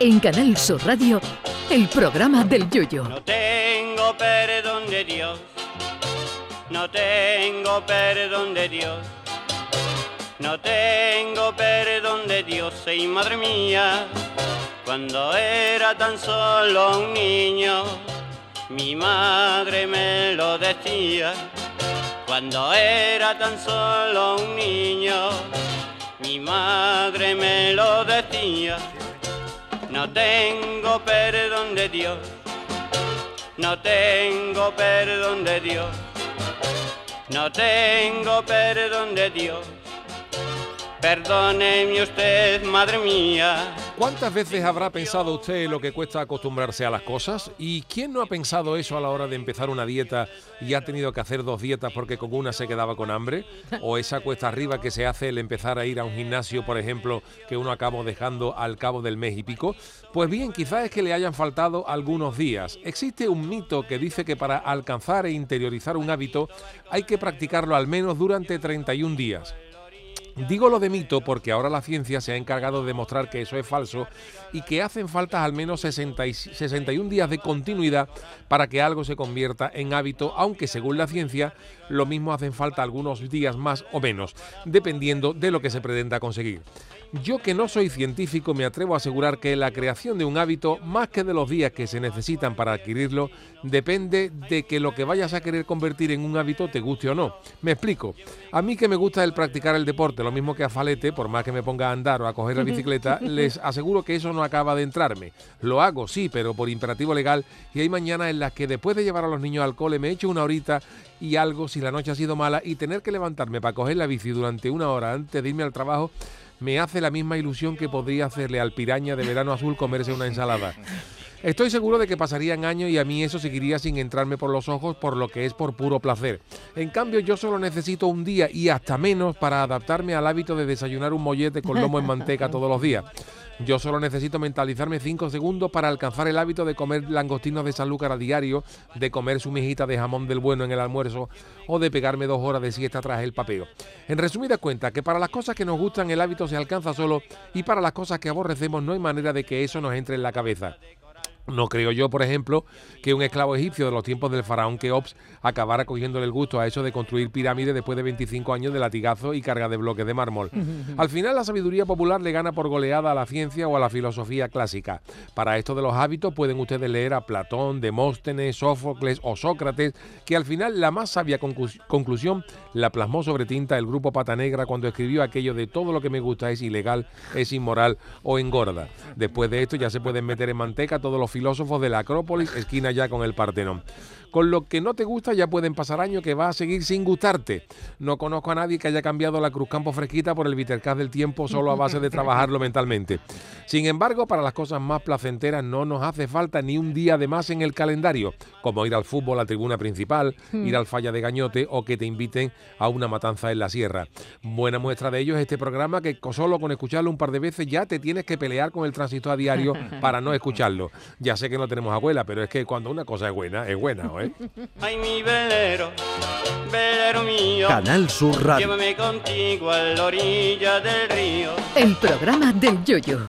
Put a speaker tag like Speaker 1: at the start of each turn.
Speaker 1: En Canal Sur Radio, el programa del Yoyo.
Speaker 2: No tengo perdón de Dios, no tengo perdón de Dios, no tengo perdón de Dios, y madre mía, cuando era tan solo un niño, mi madre me lo decía. Cuando era tan solo un niño, mi madre me lo decía. No tengo perdón de Dios, no tengo perdón de Dios, no tengo perdón de Dios. Perdóneme usted, madre mía.
Speaker 3: ¿Cuántas veces habrá pensado usted lo que cuesta acostumbrarse a las cosas? ¿Y quién no ha pensado eso a la hora de empezar una dieta y ha tenido que hacer 2 dietas porque con una se quedaba con hambre? ¿O esa cuesta arriba que se hace el empezar a ir a un gimnasio, por ejemplo, que uno acaba dejando al cabo del mes y pico? Pues bien, quizás es que le hayan faltado algunos días. Existe un mito que dice que para alcanzar e interiorizar un hábito hay que practicarlo al menos durante 31 días. Digo lo de mito porque ahora la ciencia se ha encargado de demostrar que eso es falso y que hacen falta al menos 61 días de continuidad para que algo se convierta en hábito, aunque según la ciencia lo mismo hacen falta algunos días más o menos, dependiendo de lo que se pretenda conseguir. Yo, que no soy científico, me atrevo a asegurar que la creación de un hábito, más que de los días que se necesitan para adquirirlo, depende de que lo que vayas a querer convertir en un hábito te guste o no. Me explico. A mí, que me gusta el practicar el deporte, lo mismo que a Falete, por más que me ponga a andar o a coger la bicicleta, les aseguro que eso no acaba de entrarme. Lo hago, sí, pero por imperativo legal, y hay mañanas en las que después de llevar a los niños al cole me echo una horita y algo si la noche ha sido mala, y tener que levantarme para coger la bici durante 1 hora antes de irme al trabajo me hace la misma ilusión que podría hacerle al piraña de verano azul comerse una ensalada. Estoy seguro de que pasarían años y a mí eso seguiría sin entrarme por los ojos, por lo que es por puro placer. En cambio, yo solo necesito un día y hasta menos para adaptarme al hábito de desayunar un mollete con lomo en manteca todos los días. Yo solo necesito mentalizarme 5 segundos para alcanzar el hábito de comer langostinos de Sanlúcar a diario, de comer su mijita de jamón del bueno en el almuerzo o de pegarme 2 horas de siesta tras el papeo. En resumidas cuentas, que para las cosas que nos gustan el hábito se alcanza solo, y para las cosas que aborrecemos no hay manera de que eso nos entre en la cabeza. No creo yo, por ejemplo, que un esclavo egipcio de los tiempos del faraón Keops acabara cogiéndole el gusto a eso de construir pirámides después de 25 años de latigazo y carga de bloques de mármol. Al final, la sabiduría popular le gana por goleada a la ciencia o a la filosofía clásica. Para esto de los hábitos pueden ustedes leer a Platón, Demóstenes, Sófocles o Sócrates, que al final la más sabia conclusión la plasmó sobre tinta el grupo Pata Negra cuando escribió aquello de todo lo que me gusta es ilegal, es inmoral o engorda. Después de esto ya se pueden meter en manteca todos los filósofos de la Acrópolis, esquina ya con el Partenón. Con lo que no te gusta ya pueden pasar años que va a seguir sin gustarte. No conozco a nadie que haya cambiado la Cruzcampo fresquita por el Vitercaz del tiempo solo a base de trabajarlo mentalmente. Sin embargo, para las cosas más placenteras no nos hace falta ni un día de más en el calendario, como ir al fútbol a la tribuna principal, ir al Falla de Gañote o que te inviten a una matanza en la sierra. Buena muestra de ello es este programa que solo con escucharlo un par de veces ya te tienes que pelear con el tránsito a diario para no escucharlo. Ya sé que no tenemos abuela, pero es que cuando una cosa es buena, ¿eh?
Speaker 2: Ay, mi velero, velero mío.
Speaker 4: Canal Sur Radio.
Speaker 2: Llévame contigo a la orilla del río.
Speaker 1: El programa del Yoyo.